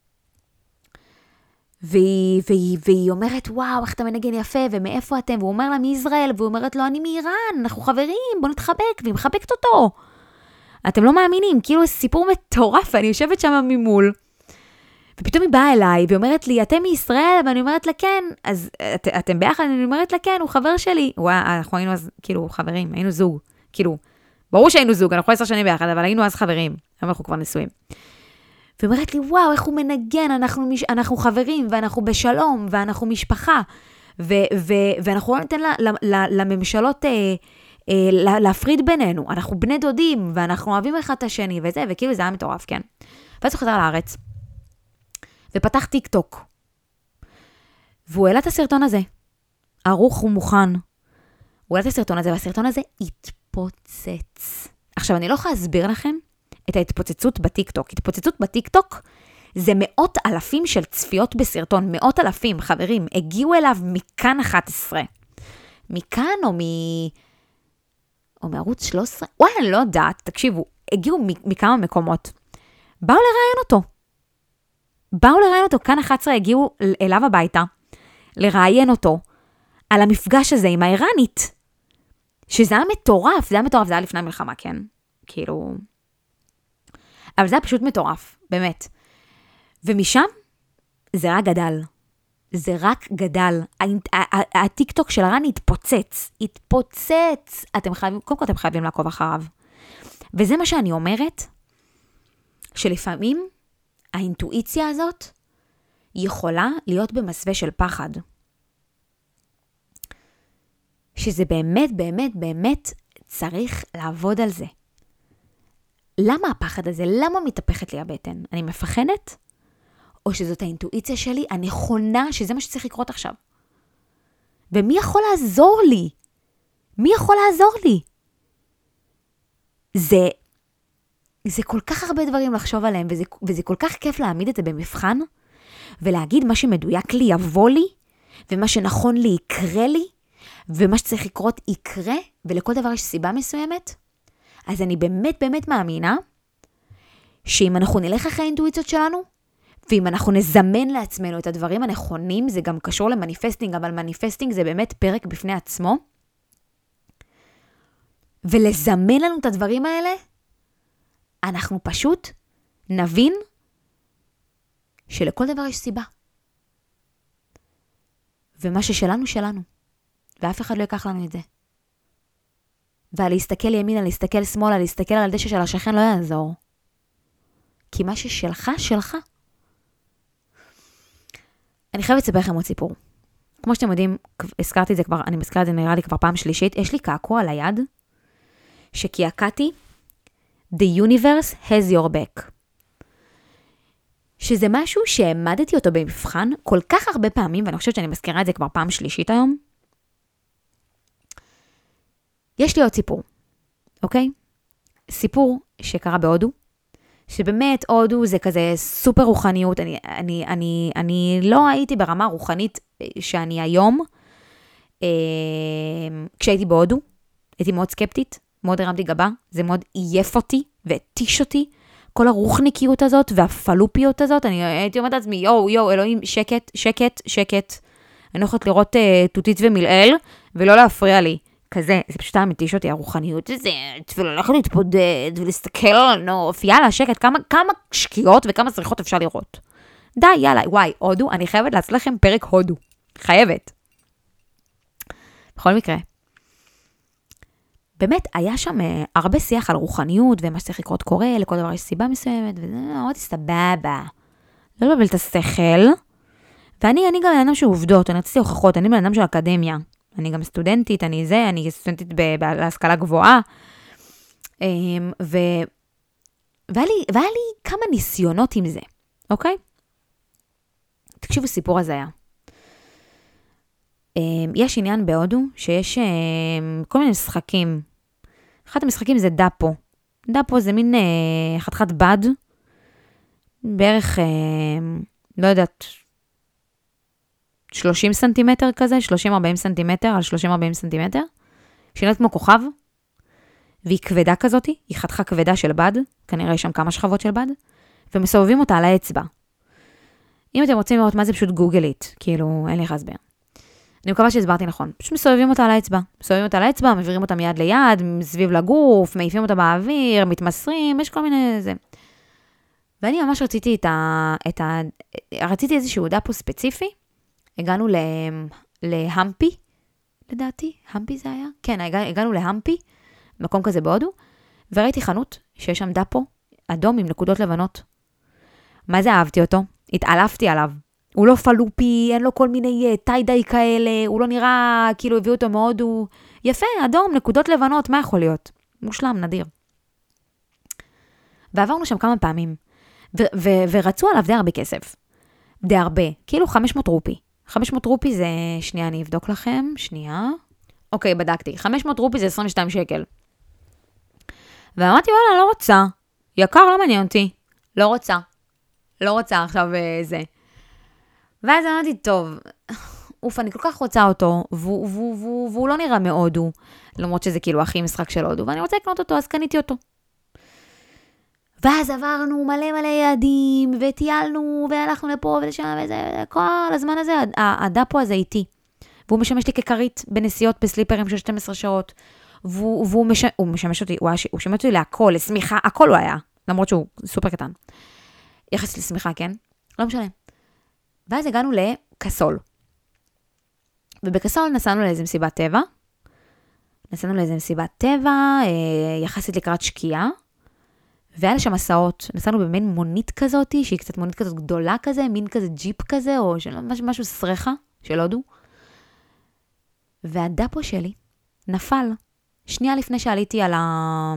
S1: והיא, והיא, והיא אומרת, וואו, איך אתה מנגן יפה, ומאיפה אתם? והוא אומר לה, מישראל, והוא אומרת לו, אני מאיראן, אנחנו חברים, בוא נתחבק, והיא מחבקת אותו. אתם לא מאמינים, כאילו סיפור מטורף, ואני יושבת שם ממול, ופתאום היא באה אליי, ואומרת לי, אתם מישראל? ואני אומרת לה, כן, אז את, אתם ביחד? אני אומרת לה, כן, הוא חבר שלי. וואו, אנחנו היינו אז, כאילו, חברים, היינו זוג, כאילו, ברור שהיינו זוג, אנחנו עשר שנים ביחד, אבל היינו אז חברים, היום אנחנו כבר נשואים. ואומרת לי, וואו, איך הוא מנגן, אנחנו, מש... אנחנו חברים, ואנחנו בשלום, ואנחנו משפחה, ו... ו... ואנחנו לא ניתן ל... ל... ל... לממשלות אה, אה, להפריד בינינו, אנחנו בני דודים, ואנחנו אוהבים אחד את השני, וזה, וכאילו זה היה מטורף, כן. ואז הוא חזר לארץ, ופתח טיק טוק, והוא העלה את הסרטון הזה, ערוך ומוכן, הוא העלה את הסרטון הזה, והסרטון הזה התפוצץ. עכשיו, אני לא יכולה להסביר לכם, את ההתפוצצות בטיקטוק. התפוצצות בטיקטוק זה מאות אלפים של צפיות בסרטון, מאות אלפים, חברים, הגיעו אליו מכאן אחת עשרה. מכאן או מ... או מערוץ שלוש עשרה? וואי, אני לא יודעת, תקשיבו, הגיעו מכמה מקומות. באו לראיין אותו. באו לראיין אותו, כאן אחת עשרה הגיעו אליו הביתה, לראיין אותו, על המפגש הזה עם האיראנית. שזה היה מטורף, זה היה מטורף, זה היה לפני המלחמה, כן? כאילו... אבל זה היה פשוט מטורף, באמת. ומשם זה רק גדל. זה רק גדל. הטיקטוק של רני התפוצץ. התפוצץ. אתם חייבים, קודם כל אתם חייבים לעקוב אחריו. וזה מה שאני אומרת, שלפעמים האינטואיציה הזאת יכולה להיות במסווה של פחד. שזה באמת, באמת, באמת צריך לעבוד על זה. למה הפחד הזה? למה מתהפכת לי הבטן? אני מפחדת? או שזאת האינטואיציה שלי הנכונה, שזה מה שצריך לקרות עכשיו? ומי יכול לעזור לי? מי יכול לעזור לי? זה, זה כל כך הרבה דברים לחשוב עליהם, וזה, וזה כל כך כיף להעמיד את זה במבחן, ולהגיד מה שמדויק לי יבוא לי, ומה שנכון לי יקרה לי, ומה שצריך לקרות יקרה, ולכל דבר יש סיבה מסוימת. אז אני באמת באמת מאמינה, שאם אנחנו נלך אחרי האינטואיציות שלנו, ואם אנחנו נזמן לעצמנו את הדברים הנכונים, זה גם קשור למניפסטינג, אבל מניפסטינג זה באמת פרק בפני עצמו, ולזמן לנו את הדברים האלה, אנחנו פשוט נבין שלכל דבר יש סיבה. ומה ששלנו, שלנו. ואף אחד לא ייקח לנו את זה. ועל להסתכל ימינה, להסתכל שמאלה, להסתכל על הדשא של השכן לא יעזור. כי מה ששלך, שלך. אני חייבת לספר לכם עוד סיפור. כמו שאתם יודעים, הזכרתי את זה כבר, אני מזכרת את זה נראה לי כבר פעם שלישית, יש לי קעקוע על היד, שקעקעתי, The universe has your back. שזה משהו שהעמדתי אותו במבחן כל כך הרבה פעמים, ואני חושבת שאני מזכירה את זה כבר פעם שלישית היום. יש לי עוד סיפור, אוקיי? סיפור שקרה בהודו, שבאמת הודו זה כזה סופר רוחניות, אני, אני, אני, אני לא הייתי ברמה רוחנית שאני היום, אה, כשהייתי בהודו, הייתי מאוד סקפטית, מאוד הרמתי גבה, זה מאוד עייף אותי והתיש אותי, כל הרוחניקיות הזאת והפלופיות הזאת, אני הייתי אומרת לעצמי, יו, יו, אלוהים, שקט, שקט, שקט, אני לא יכולת לראות אה, תותית ומלעל, ולא להפריע לי. כזה, זה פשוט המתיש אותי, הרוחניות הזה, וללכת להתפודד, ולהסתכל על הנוף, יאללה, שקט, כמה, כמה שקיעות וכמה זריחות אפשר לראות. די, יאללה, וואי, הודו, אני חייבת לעשות לכם פרק הודו. חייבת. בכל מקרה, באמת, היה שם הרבה שיח על רוחניות, ומה שצריך לקרות קורה, לכל דבר יש סיבה מסוימת, וזה מאוד סבבה. לא לבלבל את השכל. ואני, אני גם בן אדם של עובדות, אני רציתי הוכחות, אני בן אדם של אקדמיה. אני גם סטודנטית, אני זה, אני סטודנטית בהשכלה גבוהה. ו... והיה לי, והיה לי כמה ניסיונות עם זה, אוקיי? תקשיבו, סיפור הזה היה. יש עניין בהודו, שיש כל מיני משחקים. אחד המשחקים זה דאפו. דאפו זה מין חתיכת בד, בערך, לא יודעת, שלושים סנטימטר כזה, שלושים ארבעים סנטימטר על שלושים ארבעים סנטימטר, שנראית כמו כוכב, והיא כבדה כזאת, היא חתיכה כבדה של בד, כנראה יש שם כמה שכבות של בד, ומסובבים אותה על האצבע. אם אתם רוצים לראות מה זה, פשוט גוגלית, כאילו, אין לי חסבר. אני מקווה שהסברתי נכון. פשוט מסובבים אותה על האצבע. מסובבים אותה על האצבע, מעבירים אותה מיד ליד, סביב לגוף, מעיפים אותה באוויר, מתמסרים, יש כל מיני זה. ואני ממש רציתי את ה... את ה... רציתי איזשהו דאפו ספציפי. הגענו ל... להמפי, לדעתי. המפי זה היה? כן, הגענו להמפי, מקום כזה בהודו, וראיתי חנות שיש שם דאפו אדום עם נקודות לבנות. מה זה אהבתי אותו? התעלפתי עליו. הוא לא פלופי, אין לו כל מיני טיידיי כאלה, הוא לא נראה כאילו הביאו אותו מאוד, הוא יפה, אדום, נקודות לבנות, מה יכול להיות? מושלם, נדיר. ועברנו שם כמה פעמים, ו- ו- ורצו עליו די הרבה כסף. די הרבה, כאילו חמש מאות רופי. חמש מאות רופי זה, שנייה, אני אבדוק לכם, שנייה. אוקיי, בדקתי, חמש מאות רופי זה עשרים ושתיים שקל. ואמרתי, וואלה, לא רוצה. יקר, לא מעניין אותי. לא רוצה. לא רוצה עכשיו זה. ואז אמרתי, טוב, אוף, אני כל כך רוצה אותו, והוא, והוא, והוא, והוא לא נראה מהודו, למרות שזה כאילו הכי משחק של הודו, ואני רוצה לקנות אותו, אז קניתי אותו. ואז עברנו מלא מלא יעדים, וטיילנו, והלכנו לפה ולשם, וזה, כל הזמן הזה, הדאפו הזה איתי. והוא משמש לי כקרית בנסיעות בסליפרים של שתים עשרה שעות, והוא, והוא משמש, הוא משמש אותי, הוא, הוא משמש אותי להכל, לשמיכה, הכל הוא היה, למרות שהוא סופר קטן. יחס לשמיכה, כן? לא משנה. ואז הגענו לקסול. ובקסול נסענו לאיזו מסיבת טבע. נסענו לאיזו מסיבת טבע, יחסית לקראת שקיעה. והיה לשם מסעות. נסענו במין מונית כזאת, שהיא קצת מונית כזאת גדולה כזה, מין כזה ג'יפ כזה, או משהו, משהו סרחה של הודו. והדאפו שלי נפל. שנייה לפני שעליתי על, ה...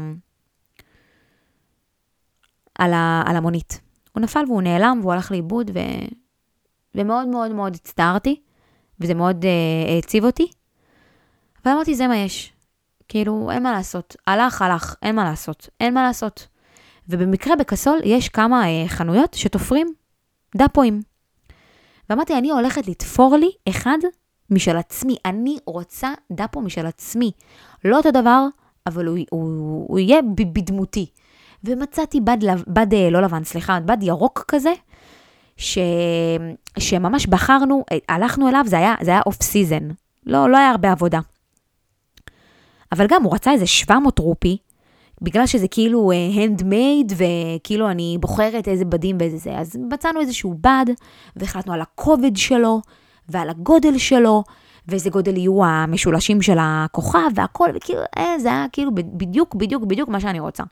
S1: על, ה... על המונית. הוא נפל והוא נעלם, והוא הלך לאיבוד, ו... ומאוד מאוד מאוד הצטערתי, וזה מאוד uh, הציב אותי. ואמרתי, זה מה יש. כאילו, אין מה לעשות. הלך, הלך, אין מה לעשות. אין מה לעשות. ובמקרה בקסול יש כמה uh, חנויות שתופרים דאפואים. ואמרתי, אני הולכת לתפור לי אחד משל עצמי. אני רוצה דאפו משל עצמי. לא אותו דבר, אבל הוא, הוא, הוא יהיה בדמותי. ומצאתי בד, בד לא לבן, סליחה, בד ירוק כזה, ש... שממש בחרנו, הלכנו אליו, זה היה, זה היה אוף סיזן. לא, לא היה הרבה עבודה. אבל גם הוא רצה איזה שבע מאות רופי, בגלל שזה כאילו הנדמייד, וכאילו אני בוחרת איזה בדים ואיזה זה. אז מצאנו איזשהו בד, והחלטנו על הכובד שלו, ועל הגודל שלו, ואיזה גודל יהיו המשולשים של הכוכב, והכל, וכאילו, אה, זה היה כאילו בדיוק, בדיוק, בדיוק מה שאני רוצה.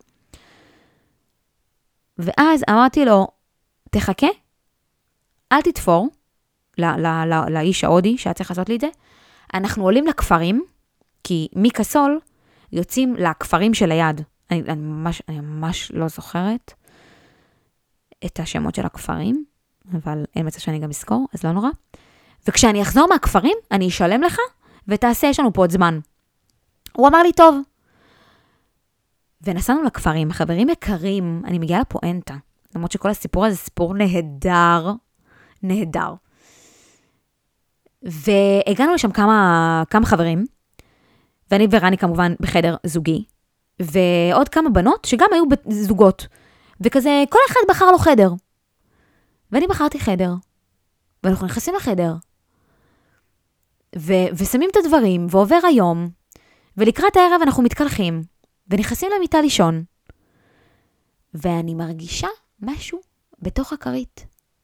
S1: ואז אמרתי לו, תחכה, אל תתפור, לא, לא, לא, לאיש ההודי שהיה צריך לעשות לי את זה, אנחנו עולים לכפרים, כי מקסול יוצאים לכפרים של היד. אני, אני, ממש, אני ממש לא זוכרת את השמות של הכפרים, אבל אין מצב שאני גם אזכור, אז לא נורא. וכשאני אחזור מהכפרים, אני אשלם לך, ותעשה, יש לנו פה עוד זמן. הוא אמר לי, טוב. ונסענו לכפרים, חברים יקרים, אני מגיעה לפואנטה, למרות שכל הסיפור הזה סיפור נהדר, נהדר. והגענו לשם כמה, כמה חברים, ואני ורני כמובן בחדר זוגי, ועוד כמה בנות שגם היו זוגות, וכזה כל אחד בחר לו חדר. ואני בחרתי חדר, ואנחנו נכנסים לחדר, ו- ושמים את הדברים, ועובר היום, ולקראת הערב אנחנו מתקלחים, ונכנסים למיטה לישון, ואני מרגישה משהו בתוך הכרית.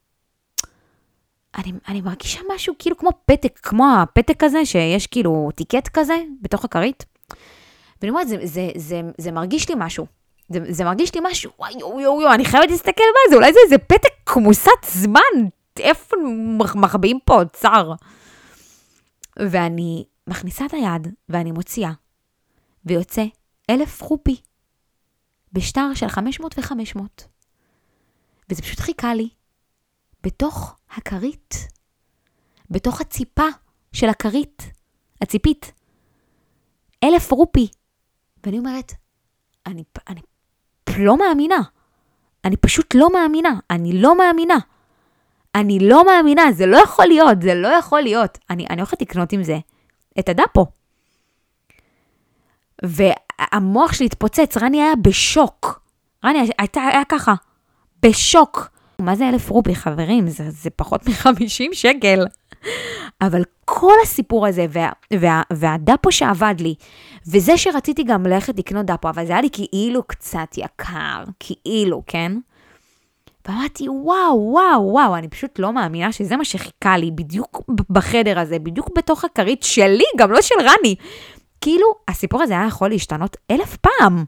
S1: אני, אני מרגישה משהו כאילו כמו פתק, כמו הפתק הזה, שיש כאילו טיקט כזה בתוך הכרית. ואני אומרת, זה, זה, זה, זה מרגיש לי משהו. זה, זה מרגיש לי משהו, וואי, יו, יו, יו, אני חייבת להסתכל מה זה, אולי זה איזה פתק כמוסת זמן, איפה מחביאים פה צער. ואני מכניסה את היד, ואני מוציאה, ויוצא אלף רופי, בשטר של חמש מאות וחמש מאות. וזה פשוט חיכה לי, בתוך הכרית, בתוך הציפה של הכרית, הציפית, אלף רופי. ואני אומרת, אני, אני לא מאמינה, אני פשוט לא מאמינה, אני לא מאמינה, אני לא מאמינה, זה לא יכול להיות, זה לא יכול להיות. אני, אני הולכת לקנות עם זה את הדאפו. והמוח שלי התפוצץ, רני היה בשוק, רני הייתה, היה ככה, בשוק. מה זה אלף רובי, חברים? זה, זה פחות מ-חמישים שקל. אבל כל הסיפור הזה, וה, וה, והדאפו שעבד לי, וזה שרציתי גם ללכת לקנות דאפו, אבל זה היה לי כאילו קצת יקר, כאילו, כן? ואמרתי, וואו, וואו, וואו, אני פשוט לא מאמינה שזה מה שחיכה לי, בדיוק בחדר הזה, בדיוק בתוך הכרית שלי, גם לא של רני. כאילו, הסיפור הזה היה יכול להשתנות אלף פעם.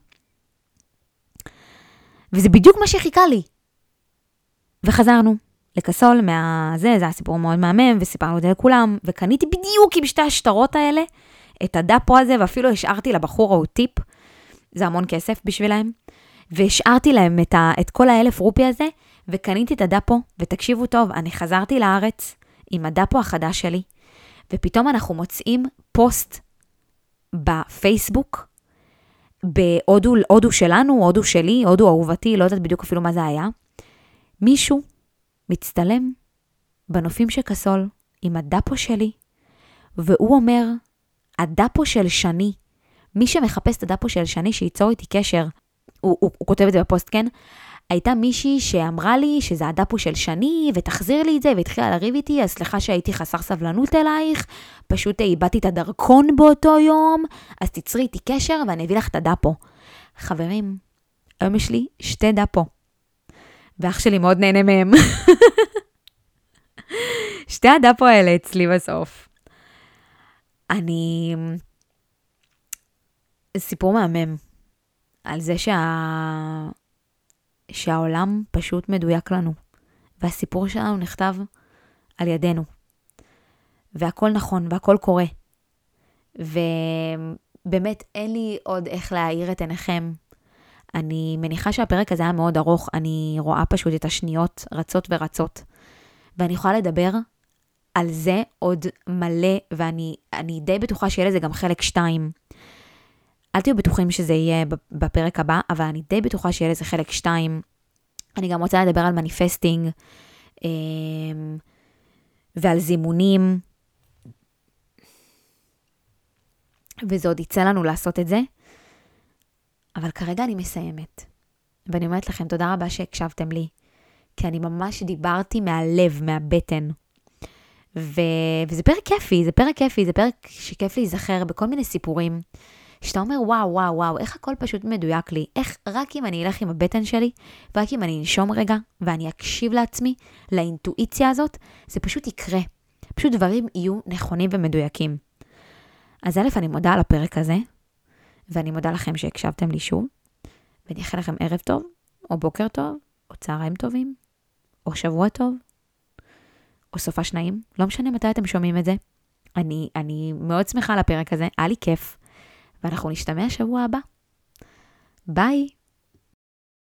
S1: וזה בדיוק מה שחיכה לי. וחזרנו לקסול מהזה, זה היה סיפור מאוד מהמם, וסיפרנו את זה לכולם, וקניתי בדיוק עם שתי השטרות האלה, את הדאפו הזה, ואפילו השארתי לבחור או טיפ, זה המון כסף בשבילהם, והשארתי להם את, ה, את כל האלף רופי הזה, וקניתי את הדאפו, ותקשיבו טוב, אני חזרתי לארץ עם הדאפו החדש שלי, ופתאום אנחנו מוצאים פוסט בפייסבוק, בהודו, הודו שלנו, הודו שלי, הודו אהובתי, לא יודעת בדיוק אפילו מה זה היה, מישהו מצטלם בנופים של קסול עם הדאפו שלי, והוא אומר, הדאפו של שני, מי שמחפש את הדאפו של שני, שיצור איתי קשר, הוא, הוא, הוא כותב את זה בפוסט, כן? הייתה מישהי שאמרה לי שזה הדאפו של שני, ותחזיר לי את זה, והתחילה לריב איתי, אז סליחה שהייתי חסר סבלנות אלייך, פשוט איבדתי את הדרכון באותו יום, אז תצרי איתי קשר, ואני אביא לך את הדאפו. חברים, היום יש לי שתי דאפו. ואח שלי מאוד נהנה מהם. שתי הדאפו האלה אצלי בסוף. אני... סיפור מהמם. על זה שה... שהעולם פשוט מדויק לנו. והסיפור שלנו נכתב על ידינו. והכל נכון, והכל קורה. ובאמת אין לי עוד איך להאיר את עיניכם. אני מניחה שהפרק הזה היה מאוד ארוך, אני רואה פשוט את השניות רצות ורצות, ואני יכולה לדבר על זה עוד מלא, ואני אני די בטוחה שיהיה לזה גם חלק שתיים. אל תהיו בטוחים שזה יהיה בפרק הבא, אבל אני די בטוחה שיהיה לזה חלק שתיים. אני גם רוצה לדבר על מניפסטינג, ועל זימונים, וזה עוד יצא לנו לעשות את זה. אבל כרגע אני מסיימת, ואני אומרת לכם תודה רבה שהקשבתם לי, כי אני ממש דיברתי מהלב, מהבטן, ו... וזה פרק כיפי, זה פרק כיפי, זה פרק שכיף להיזכר בכל מיני סיפורים, שאתה אומר, וואו, וואו, וואו, איך הכל פשוט מדויק לי, איך רק אם אני אלך עם הבטן שלי, ורק אם אני אנשום רגע, ואני אקשיב לעצמי, לאינטואיציה הזאת, זה פשוט יקרה. פשוט דברים יהיו נכונים ומדויקים. אז א', אני מודה על הפרק הזה, ואני מודה לכם שהקשבתם לי שוב, ואני אאחל לכם ערב טוב, או בוקר טוב, או צהריים טובים, או שבוע טוב, או סופה שניים, לא משנה מתי אתם שומעים את זה. אני, אני מאוד שמחה על הפרק הזה, היה לי כיף, ואנחנו נשתמע שבוע הבא. ביי!